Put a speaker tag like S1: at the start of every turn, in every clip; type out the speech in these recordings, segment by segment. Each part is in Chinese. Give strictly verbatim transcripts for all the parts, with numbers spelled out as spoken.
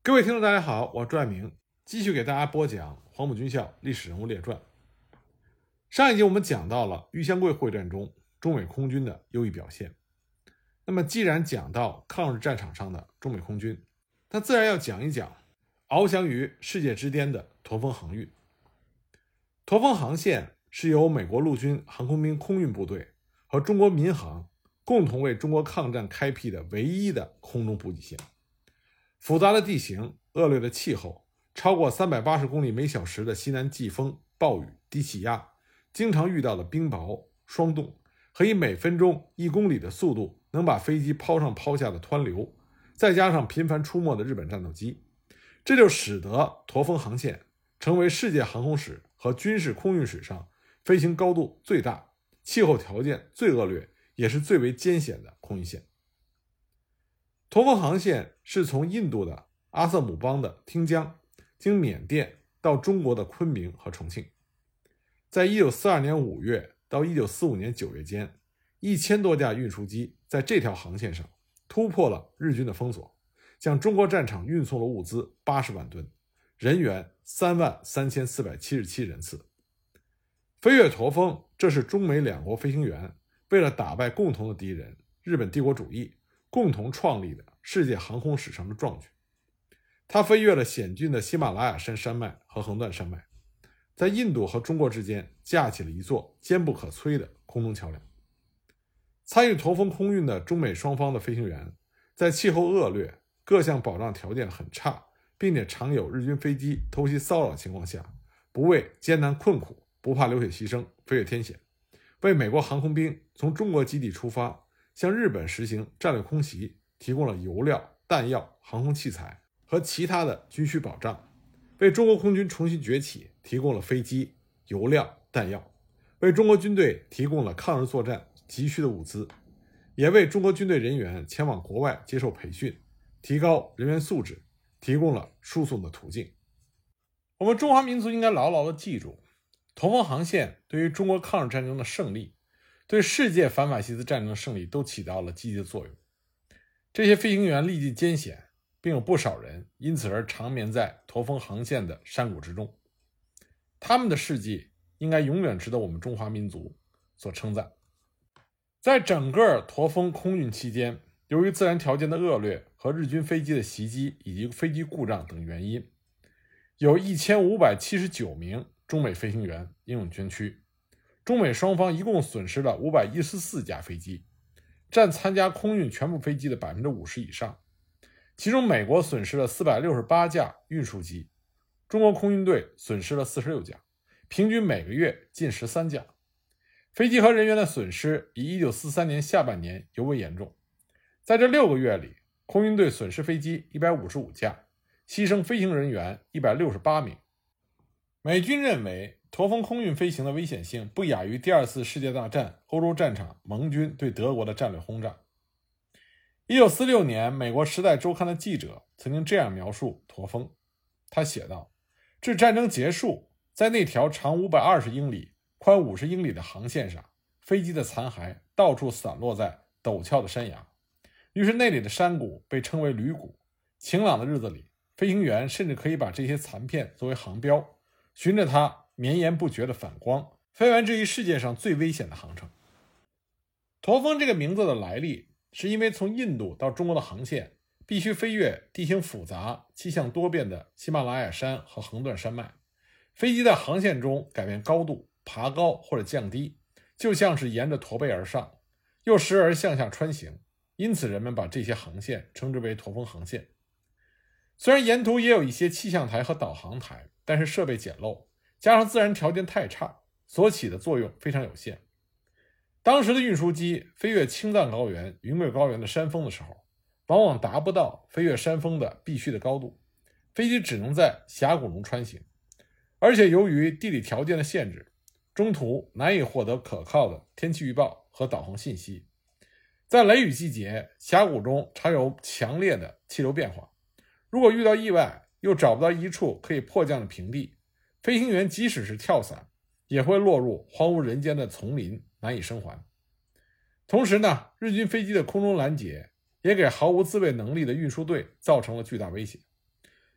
S1: 各位听众大家好，我是朱爱明，继续给大家播讲黄埔军校历史人物列传。上一集我们讲到了玉香桂会战中中美空军的优异表现。那么既然讲到抗日战场上的中美空军，那自然要讲一讲翱翔于世界之巅的驼峰航运。驼峰航线是由美国陆军航空兵空运部队和中国民航共同为中国抗战开辟的唯一的空中补给线。复杂的地形、恶劣的气候、超过三百八十公里每小时的西南季风、暴雨、低气压，经常遇到的冰雹、霜冻，和以每分钟一公里的速度能把飞机抛上抛下的湍流，再加上频繁出没的日本战斗机，这就使得驼峰航线成为世界航空史和军事空运史上飞行高度最大、气候条件最恶劣，也是最为艰险的空运线。驼峰航线是从印度的阿瑟姆邦的汀江，经缅甸到中国的昆明和重庆。在一九四二年五月到一九四五年九月间，一千多架运输机在这条航线上突破了日军的封锁，向中国战场运送了物资八十万吨，人员三万三千四百七十七人次。飞越驼峰，这是中美两国飞行员为了打败共同的敌人日本帝国主义共同创立的世界航空史上的壮举。它飞越了险峻的喜马拉雅山山脉和横断山脉，在印度和中国之间架起了一座坚不可摧的空中桥梁。参与驼峰空运的中美双方的飞行员，在气候恶劣、各项保障条件很差，并且常有日军飞机偷袭骚扰情况下，不畏艰难困苦，不怕流血牺牲，飞越天险，为美国航空兵从中国基地出发向日本实行战略空袭提供了油料、弹药、航空器材和其他的军需保障，为中国空军重新崛起提供了飞机、油料、弹药，为中国军队提供了抗日作战急需的物资，也为中国军队人员前往国外接受培训、提高人员素质提供了输送的途径。我们中华民族应该牢牢地记住，驼峰航线对于中国抗日战争的胜利，对世界反法西斯战争的胜利都起到了积极的作用。这些飞行员历尽艰险，并有不少人因此而长眠在驼峰航线的山谷之中。他们的事迹应该永远值得我们中华民族所称赞。在整个驼峰空运期间，由于自然条件的恶劣和日军飞机的袭击以及飞机故障等原因，有一千五百七十九名中美飞行员英勇捐躯。中美双方一共损失了五百一十四架飞机，占参加空运全部飞机的 百分之五十 以上。其中美国损失了四百六十八架运输机，中国空运队损失了四十六架，平均每个月近十三架。飞机和人员的损失以一九四三年下半年尤为严重。在这六个月里，空运队损失飞机一百五十五架，牺牲飞行人员一百六十八名。美军认为驼峰空运飞行的危险性不亚于第二次世界大战欧洲战场盟军对德国的战略轰炸。一九四六年，美国《时代周刊》的记者曾经这样描述驼峰，他写道：至战争结束，在那条长五百二十英里、宽五十英里的航线上，飞机的残骸到处散落在陡峭的山崖，于是那里的山谷被称为驴谷。晴朗的日子里，飞行员甚至可以把这些残片作为航标，循着它绵延不绝的反光，飞完这一世界上最危险的航程。驼峰这个名字的来历，是因为从印度到中国的航线必须飞越地形复杂、气象多变的喜马拉雅山和横断山脉，飞机在航线中改变高度、爬高或者降低，就像是沿着驼背而上，又时而向下穿行，因此人们把这些航线称之为驼峰航线。虽然沿途也有一些气象台和导航台，但是设备简陋，加上自然条件太差，所起的作用非常有限。当时的运输机飞越青藏高原、云贵高原的山峰的时候，往往达不到飞越山峰的必须的高度，飞机只能在峡谷中穿行，而且由于地理条件的限制，中途难以获得可靠的天气预报和导航信息。在雷雨季节，峡谷中常有强烈的气流变化，如果遇到意外，又找不到一处可以迫降的平地，飞行员即使是跳伞，也会落入荒无人间的丛林，难以生还。同时呢，日军飞机的空中拦截也给毫无自卫能力的运输队造成了巨大威胁。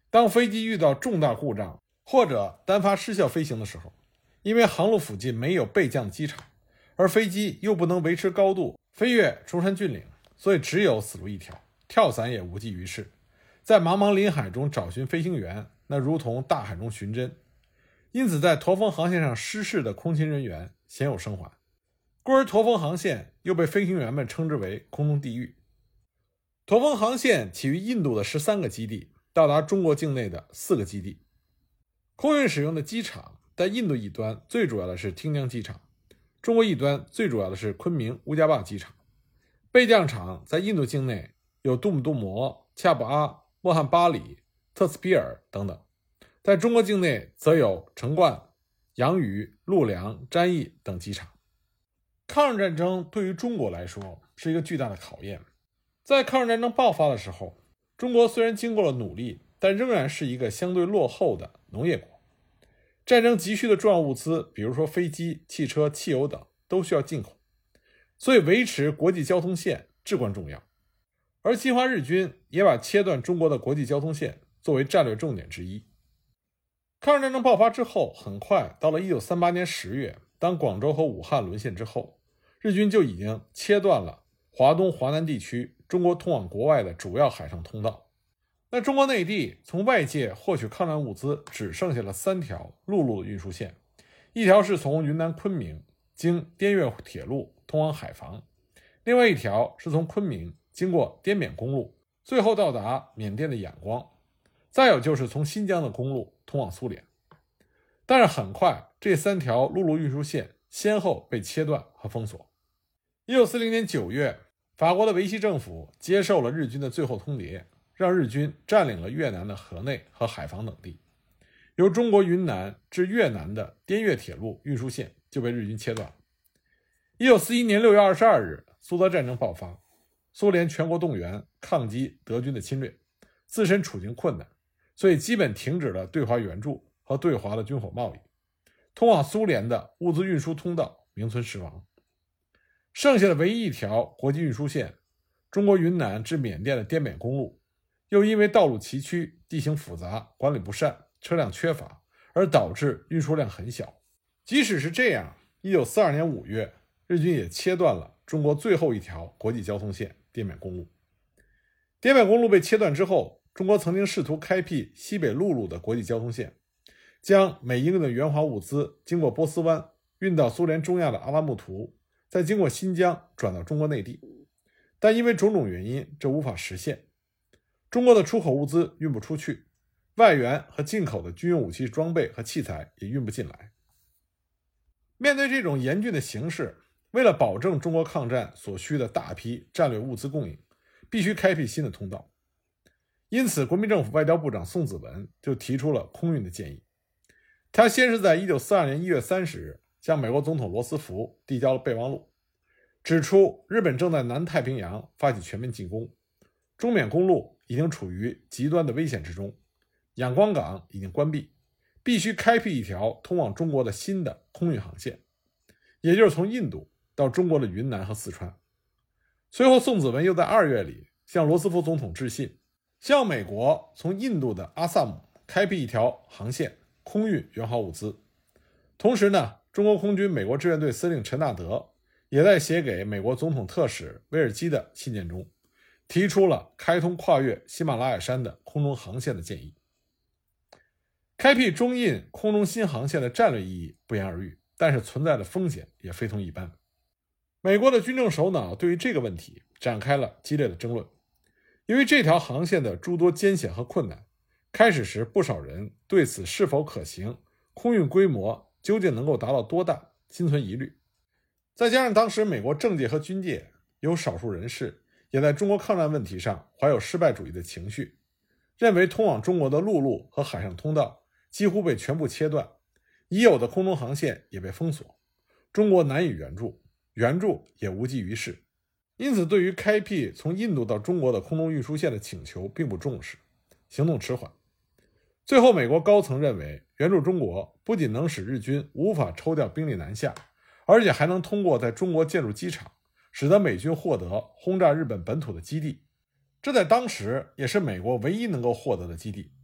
S1: 当飞机遇到重大故障或者单发失效飞行的时候，因为航路附近没有备降的机场，而飞机又不能维持高度飞越崇山峻岭，所以只有死路一条，跳伞也无济于事。在茫茫林海中找寻飞行员，那如同大海中寻针。因此在驼峰航线上失事的空勤人员鲜有生还，故而驼峰航线又被飞行员们称之为空中地狱。驼峰航线起于印度的十三个基地，到达中国境内的四个基地。空运使用的机场在印度一端最主要的是汀江机场，中国一端最主要的是昆明乌加坝机场。备降场在印度境内有杜姆杜摩、恰布阿、莫汉巴里、特斯皮尔等等，在中国境内则有成灌、洋榆、陆良、沾益等机场。抗日战争对于中国来说是一个巨大的考验。在抗日战争爆发的时候，中国虽然经过了努力，但仍然是一个相对落后的农业国。战争急需的重要物资，比如说飞机、汽车、汽油等，都需要进口，所以维持国际交通线至关重要。而侵华日军也把切断中国的国际交通线作为战略重点之一。抗日战争爆发之后，很快到了一九三八年十月，当广州和武汉沦陷之后，日军就已经切断了华东、华南地区中国通往国外的主要海上通道。那中国内地从外界获取抗战物资只剩下了三条陆路的运输线，一条是从云南昆明经滇越铁路通往海防，另外一条是从昆明经过滇缅公路，最后到达缅甸的仰光，再有就是从新疆的公路通往苏联。但是很快这三条陆路运输线先后被切断和封锁。一九四零年九月，法国的维希政府接受了日军的最后通牒，让日军占领了越南的河内和海防等地。由中国云南至越南的滇越铁路运输线就被日军切断了。一九四一年六月二十二日，苏德战争爆发，苏联全国动员抗击德军的侵略，自身处境困难，所以基本停止了对华援助和对华的军火贸易，通往苏联的物资运输通道名存实亡。剩下的唯一一条国际运输线，中国云南至缅甸的滇缅公路，又因为道路崎岖、地形复杂、管理不善、车辆缺乏，而导致运输量很小。即使是这样，一九四二年五月，日军也切断了中国最后一条国际交通线滇缅公路。滇缅公路被切断之后，中国曾经试图开辟西北陆路的国际交通线，将美英的援华物资经过波斯湾运到苏联中亚的阿拉木图，再经过新疆转到中国内地，但因为种种原因，这无法实现。中国的出口物资运不出去，外援和进口的军用武器装备和器材也运不进来。面对这种严峻的形势，为了保证中国抗战所需的大批战略物资供应，必须开辟新的通道。因此国民政府外交部长宋子文就提出了空运的建议。他先是在一九四二年一月三十日向美国总统罗斯福递交了备忘录，指出日本正在南太平洋发起全面进攻，中缅公路已经处于极端的危险之中，仰光港已经关闭，必须开辟一条通往中国的新的空运航线，也就是从印度到中国的云南和四川。随后宋子文又在二月里向罗斯福总统致信，向美国从印度的阿萨姆开辟一条航线，空运援华物资。同时呢，中国空军美国志愿队司令陈纳德也在写给美国总统特使威尔基的信件中，提出了开通跨越喜马拉雅山的空中航线的建议。开辟中印空中新航线的战略意义不言而喻，但是存在的风险也非同一般。美国的军政首脑对于这个问题展开了激烈的争论。由于这条航线的诸多艰险和困难，开始时不少人对此是否可行、空运规模究竟能够达到多大心存疑虑。再加上当时美国政界和军界有少数人士也在中国抗战问题上怀有失败主义的情绪，认为通往中国的陆路和海上通道几乎被全部切断，已有的空中航线也被封锁，中国难以援助，援助也无济于事。因此对于开辟从印度到中国的空中运输线的请求并不重视，行动迟缓。最后美国高层认为，援助中国不仅能使日军无法抽调兵力南下，而且还能通过在中国建筑机场，使得美军获得轰炸日本本土的基地，这在当时也是美国唯一能够获得的基地。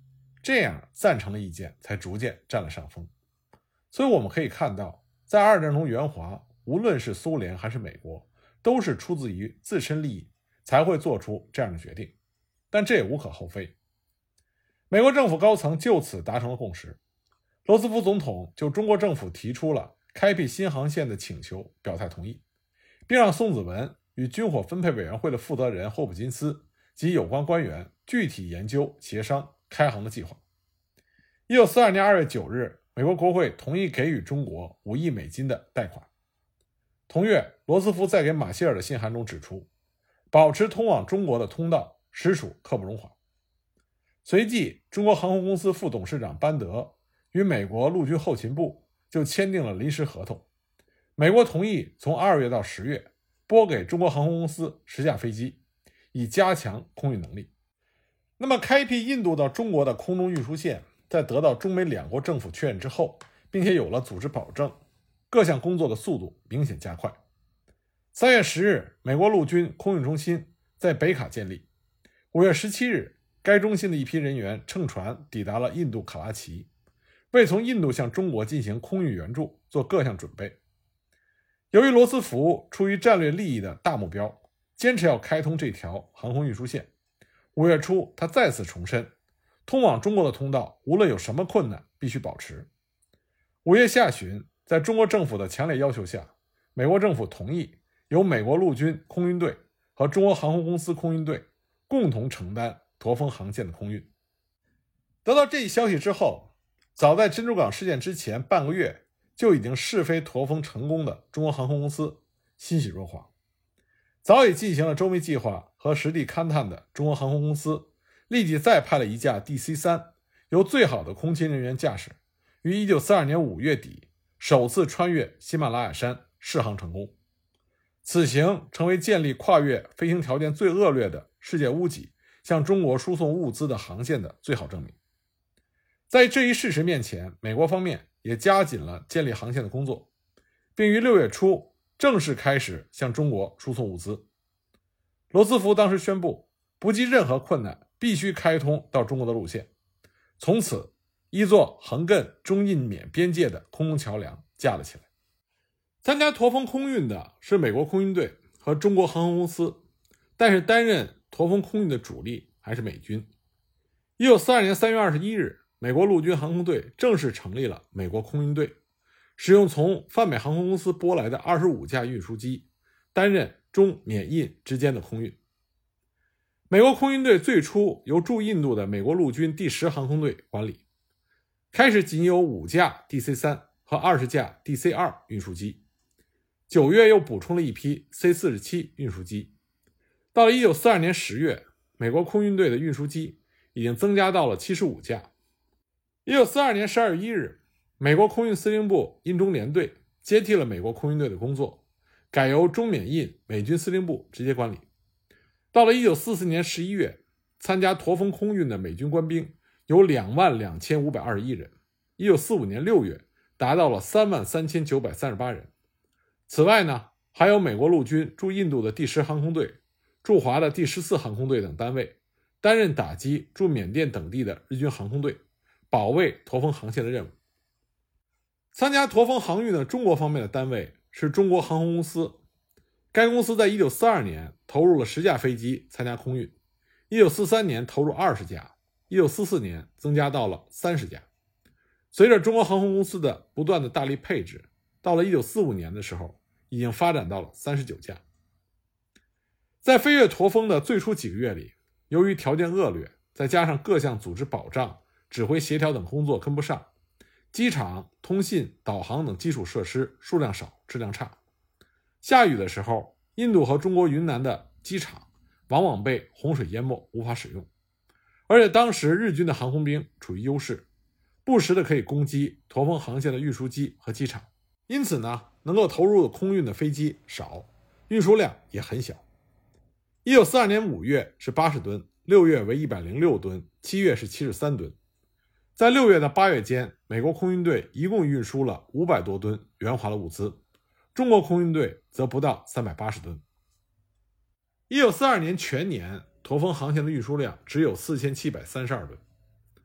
S1: 这样赞成的意见才逐渐占了上风。所以我们可以看到，在二战中援华，无论是苏联还是美国，都是出自于自身利益才会做出这样的决定，但这也无可厚非。美国政府高层就此达成了共识，罗斯福总统就中国政府提出了开辟新航线的请求表态同意，并让宋子文与军火分配委员会的负责人霍普金斯及有关官员具体研究协商开航的计划。一九四二年二月九日，美国国会同意给予中国五亿美金的贷款。同月，罗斯福在给马歇尔的信函中指出，保持通往中国的通道实属刻不容缓。随即，中国航空公司副董事长班德与美国陆军后勤部就签订了临时合同，美国同意从二月到十月拨给中国航空公司十架飞机，以加强空运能力。那么开辟印度到中国的空中运输线，在得到中美两国政府确认之后，并且有了组织保证，各项工作的速度明显加快。三月十日，美国陆军空运中心在北卡建立。五月十七日，该中心的一批人员乘船抵达了印度卡拉奇，为从印度向中国进行空运援助做各项准备。由于罗斯福出于战略利益的大目标，坚持要开通这条航空运输线，五月初他再次重申，通往中国的通道无论有什么困难必须保持。五月下旬，在中国政府的强烈要求下，美国政府同意由美国陆军空运队和中国航空公司空运队共同承担驼峰航线的空运。得到这一消息之后，早在珍珠港事件之前半个月就已经试飞驼峰成功的中国航空公司欣喜若狂。早已进行了周密计划和实地勘探的中国航空公司立即再派了一架 D C 三， 由最好的空勤人员驾驶，于一九四二年五月底首次穿越喜马拉雅山试航成功。此行成为建立跨越飞行条件最恶劣的世界屋脊向中国输送物资的航线的最好证明。在这一事实面前，美国方面也加紧了建立航线的工作，并于六月初正式开始向中国输送物资。罗斯福当时宣布，不计任何困难，必须开通到中国的路线。从此，一座横亘中印缅边界的空中桥梁架了起来。参加驼峰空运的是美国空运队和中国航空公司，但是担任驼峰空运的主力还是美军。一九四二年三月二十一日，美国陆军航空队正式成立了美国空运队，使用从泛美航空公司拨来的二十五架运输机，担任中缅印之间的空运。美国空运队最初由驻印度的美国陆军第十航空队管理，开始仅有五架 D C 三 和二十架 D C 二 运输机，九月又补充了一批 C 四十七 运输机。到了一九四二年十月，美国空运队的运输机已经增加到了七十五架。一九四二年十二月一日，美国空运司令部印中联队接替了美国空运队的工作，改由中缅印美军司令部直接管理。到了一九四四年十一月，参加驼峰空运的美军官兵有两万两千五百二十一人，一九四五年六月达到了三万三千九百三十八人。此外呢，还有美国陆军驻印度的第十航空队、驻华的第十四航空队等单位，担任打击驻缅甸等地的日军航空队，保卫驼峰航线的任务。参加驼峰航运的中国方面的单位是中国航空公司，该公司在一九四二年投入了十架飞机参加空运，一九四三年投入二十架，一九四四年增加到了三十架。随着中国航空公司的不断的大力配置，到了一九四五年的时候，已经发展到了三十九架。在飞越驼峰的最初几个月里，由于条件恶劣，再加上各项组织保障、指挥协调等工作跟不上，机场、通信、导航等基础设施数量少，质量差。下雨的时候，印度和中国云南的机场往往被洪水淹没，无法使用。而且当时日军的航空兵处于优势，不时的可以攻击驼峰航线的运输机和机场，因此呢，能够投入的空运的飞机少，运输量也很小。一九四二年五月是八十吨，六月为一百零六吨，七月是七十三吨。在六月到八月间，美国空运队一共运输了五百多吨援华的物资，中国空运队则不到三百八十吨。一九四二年全年驼峰航线的运输量只有四千七百三十二吨。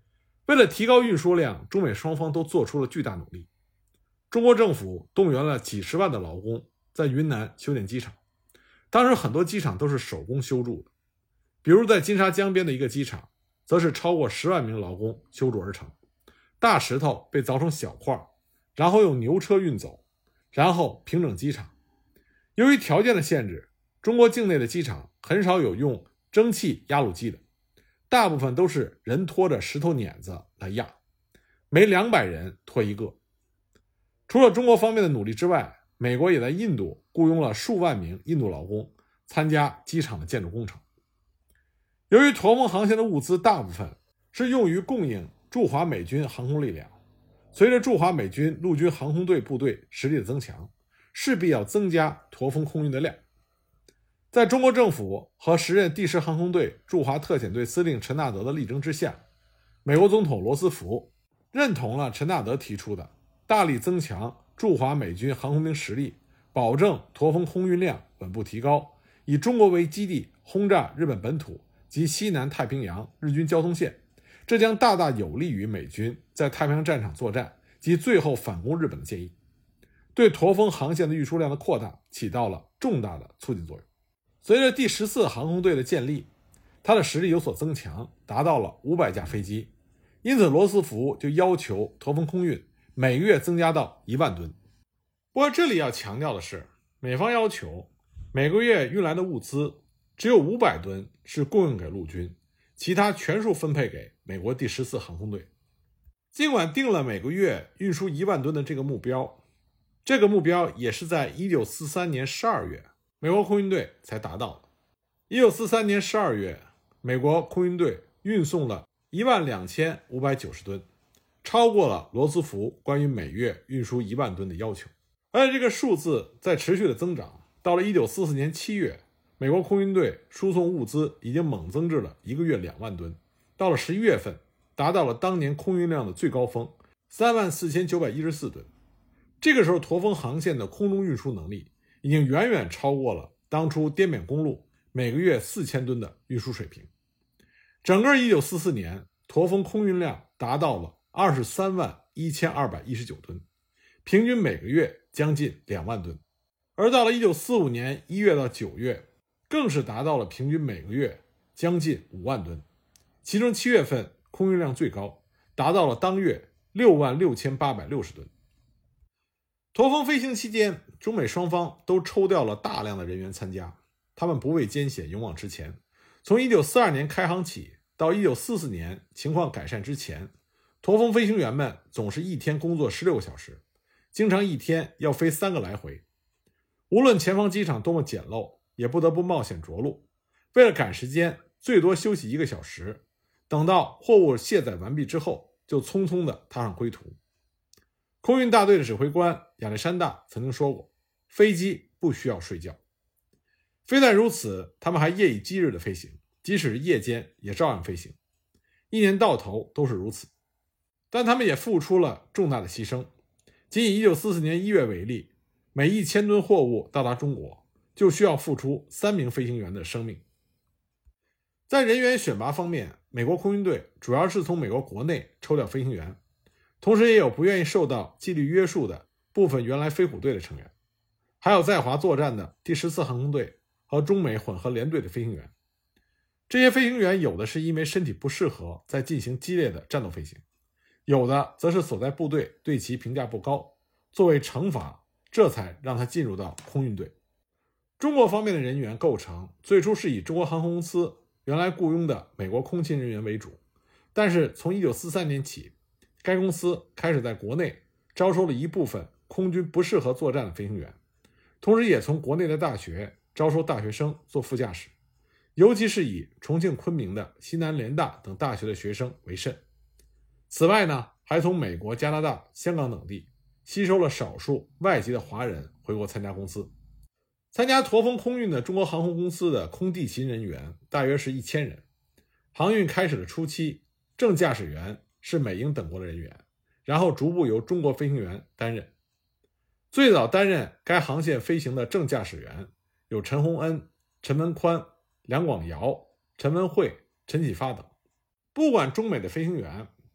S1: 为了提高运输量，中美双方都做出了巨大努力。中国政府动员了几十万的劳工在云南修建机场，当时很多机场都是手工修筑的，比如在金沙江边的一个机场，则是超过十万名劳工修筑而成。大石头被凿成小块，然后用牛车运走，然后平整机场。由于条件的限制，中国境内的机场很少有用蒸汽压路机的，大部分都是人拖着石头碾子来压，每两百人拖一个。除了中国方面的努力之外，美国也在印度雇佣了数万名印度劳工参加机场的建筑工程。由于驼峰航线的物资大部分是用于供应驻华美军航空力量，随着驻华美军陆军航空队部队实力的增强，势必要增加驼峰空运的量。在中国政府和时任第十航空队驻华特遣队司令陈纳德的力争之下，美国总统罗斯福认同了陈纳德提出的大力增强驻华美军航空兵实力，保证驼峰空运量稳步提高，以中国为基地轰炸日本本土及西南太平洋日军交通线，这将大大有利于美军在太平洋战场作战及最后反攻日本的建议，对驼峰航线的运输量的扩大起到了重大的促进作用。随着第十四航空队的建立，它的实力有所增强，达到了五百架飞机，因此罗斯福就要求驼峰空运每个月增加到一万吨。不过这里要强调的是，美方要求每个月运来的物资只有五百吨是供应给陆军，其他全数分配给美国第十四航空队。尽管定了每个月运输一万吨的这个目标，这个目标也是在一九四三年十二月美国空运队才达到的。一九四三年十二月，美国空运队运送了一万两千五百九十吨，超过了罗斯福关于每月运输一万吨的要求。而且这个数字在持续的增长，到了一九四四年七月，美国空运队输送物资已经猛增至了一个月两万吨，到了十一月份达到了当年空运量的最高峰三万四千九百一十四吨。这个时候驼峰航线的空中运输能力已经远远超过了当初滇缅公路每个月四千吨的运输水平。整个一九四四年，驼峰空运量达到了二十三万一千二百一十九吨，平均每个月将近两万吨。而到了一九四五年一月到九月，更是达到了平均每个月将近五万吨，其中七月份空运量最高，达到了当月六万六千八百六十吨。驼峰飞行期间，中美双方都抽调了大量的人员参加，他们不畏艰险，勇往直前。从一九四二年开航起到一九四四年情况改善之前，驼峰飞行员们总是一天工作十六个小时，经常一天要飞三个来回。无论前方机场多么简陋，也不得不冒险着陆，为了赶时间，最多休息一个小时，等到货物卸载完毕之后，就匆匆地踏上归途。空运大队的指挥官亚历山大曾经说过，飞机不需要睡觉。非但如此，他们还夜以继日的飞行，即使是夜间也照样飞行，一年到头都是如此。但他们也付出了重大的牺牲。仅以一九四四年一月为例，每一千吨货物到达中国，就需要付出三名飞行员的生命。在人员选拔方面，美国空运队主要是从美国国内抽调飞行员，同时也有不愿意受到纪律约束的部分原来飞虎队的成员，还有在华作战的第十四航空队和中美混合联队的飞行员。这些飞行员有的是因为身体不适合再进行激烈的战斗飞行，有的则是所在部队对其评价不高，作为惩罚，这才让他进入到空运队。中国方面的人员构成最初是以中国航空公司原来雇佣的美国空勤人员为主，但是从一九四三年起，该公司开始在国内招收了一部分空军不适合作战的飞行员，同时也从国内的大学招收大学生做副驾驶，尤其是以重庆昆明的西南联大等大学的学生为甚。此外呢，还从美国、加拿大、香港等地吸收了少数外籍的华人回国参加公司。参加驼峰空运的中国航空公司的空地勤人员大约是一千人。航运开始的初期，正驾驶员是美英等国的人员，然后逐步由中国飞行员担任。最早担任该航线飞行的正驾驶员有陈洪恩、陈文宽、梁广尧、陈文慧、陈启发等。不管中美的飞行员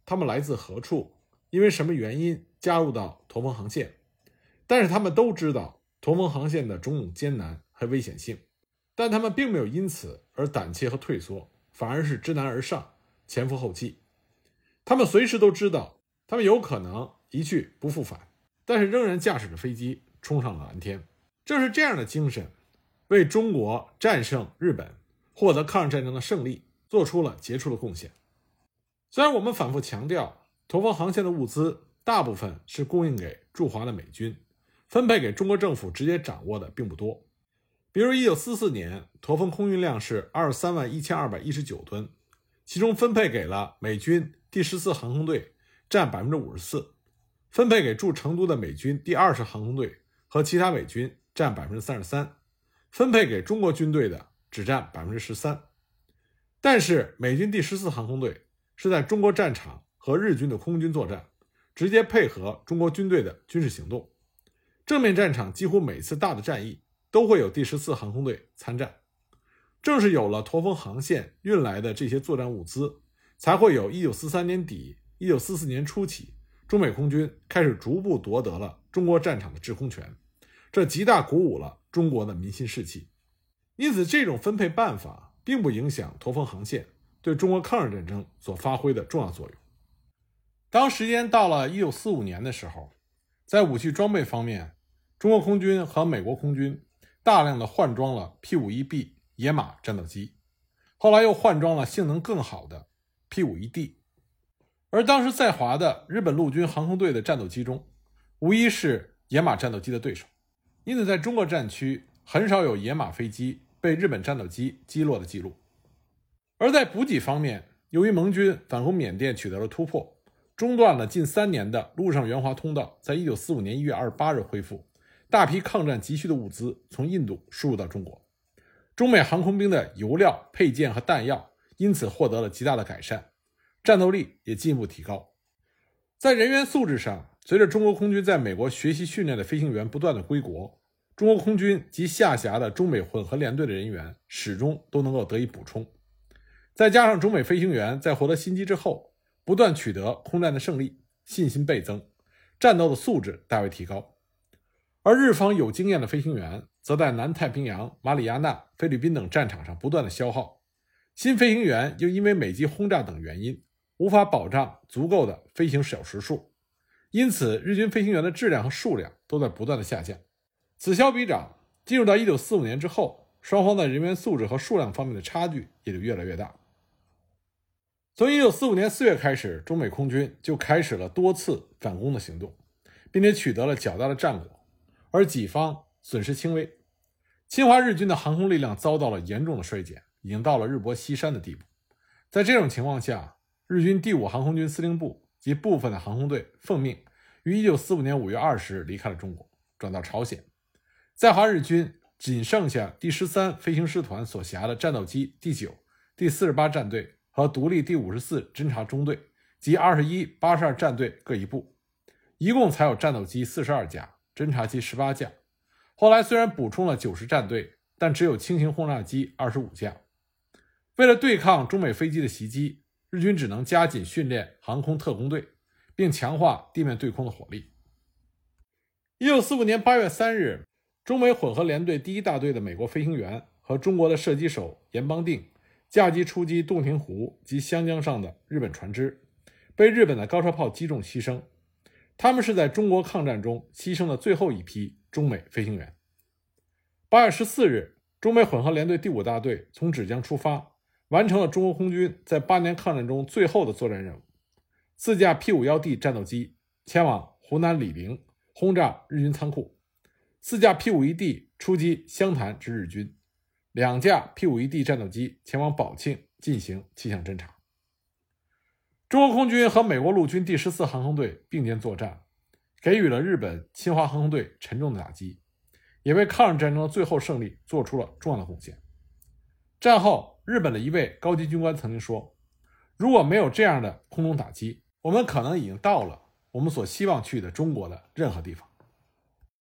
S1: 他们来自何处，因为什么原因加入到驼峰航线，但是他们都知道驼峰航线的种种艰难和危险性，但他们并没有因此而胆怯和退缩，反而是知难而上，前赴后继。他们随时都知道他们有可能一去不复返，但是仍然驾驶着飞机冲上了蓝天。正是这样的精神为中国战胜日本，获得抗日战争的胜利做出了杰出的贡献。虽然我们反复强调驼峰航线的物资大部分是供应给驻华的美军，分配给中国政府直接掌握的并不多。比如一九四四年驼峰空运量是二十三万一千二百一十九吨，其中分配给了美军第十四航空队占 百分之五十四， 分配给驻成都的美军第二十航空队和其他美军占 百分之三十三， 分配给中国军队的只占 百分之十三。 但是美军第十四航空队是在中国战场和日军的空军作战，直接配合中国军队的军事行动，正面战场几乎每次大的战役都会有第十四航空队参战。正是有了驼峰航线运来的这些作战物资，才会有一九四三年底一九四四年初起，中美空军开始逐步夺得了中国战场的制空权，这极大鼓舞了中国的民心士气。因此这种分配办法并不影响驼峰航线对中国抗日战争所发挥的重要作用。当时间到了一九四五年的时候，在武器装备方面，中国空军和美国空军大量的换装了 P 五十一 B 野马战斗机，后来又换装了性能更好的 P 五十一 D。 而当时在华的日本陆军航空队的战斗机中，无疑是野马战斗机的对手，因此在中国战区很少有野马飞机被日本战斗机击落的记录。而在补给方面，由于盟军反攻缅甸取得了突破，中断了近三年的陆上援华通道在一九四五年一月二十八日恢复，大批抗战急需的物资从印度输入到中国，中美航空兵的油料、配件和弹药因此获得了极大的改善，战斗力也进一步提高。在人员素质上，随着中国空军在美国学习训练的飞行员不断的归国，中国空军及下辖的中美混合联队的人员始终都能够得以补充。再加上中美飞行员在获得新机之后不断取得空战的胜利，信心倍增，战斗的素质大为提高。而日方有经验的飞行员则在南太平洋、马里亚纳、菲律宾等战场上不断的消耗，新飞行员又因为美机轰炸等原因无法保障足够的飞行小时数，因此日军飞行员的质量和数量都在不断的下降。此消彼长，进入到一九四五年之后，双方在人员素质和数量方面的差距也就越来越大。从一九四五年四月开始，中美空军就开始了多次反攻的行动，并且取得了较大的战果，而己方损失轻微。侵华日军的航空力量遭到了严重的衰减，已经到了日薄西山的地步。在这种情况下，日军第五航空军司令部及部分的航空队奉命于一九四五年五月二十日离开了中国，转到朝鲜。在华日军仅剩下第十三飞行师团所辖的战斗机第九、第四十八战队和独立第五十四侦察中队及二十一、八十二战队各一部，一共才有战斗机四十二架，侦察机十八架。后来虽然补充了九十战队，但只有轻型轰炸机二十五架。为了对抗中美飞机的袭击，日军只能加紧训练航空特工队，并强化地面对空的火力。一九四五年八月三日，中美混合联队第一大队的美国飞行员和中国的射击手严邦定驾机出击洞庭湖及湘江上的日本船只，被日本的高射炮击中牺牲。他们是在中国抗战中牺牲的最后一批中美飞行员。八月十四日，中美混合联队第五大队从芷江出发，完成了中国空军在八年抗战中最后的作战任务。四架 P 五十一 D 战斗机前往湖南醴陵轰炸日军仓库，四架 P 五十一 D 出击湘潭之日军，两架 P 五十一 D 战斗机前往保庆进行气象侦察。中国空军和美国陆军第十四航空队并肩作战，给予了日本侵华航空队沉重的打击，也为抗日战争的最后胜利做出了重要的贡献。战后，日本的一位高级军官曾经说，如果没有这样的空中打击，我们可能已经到了我们所希望去的中国的任何地方。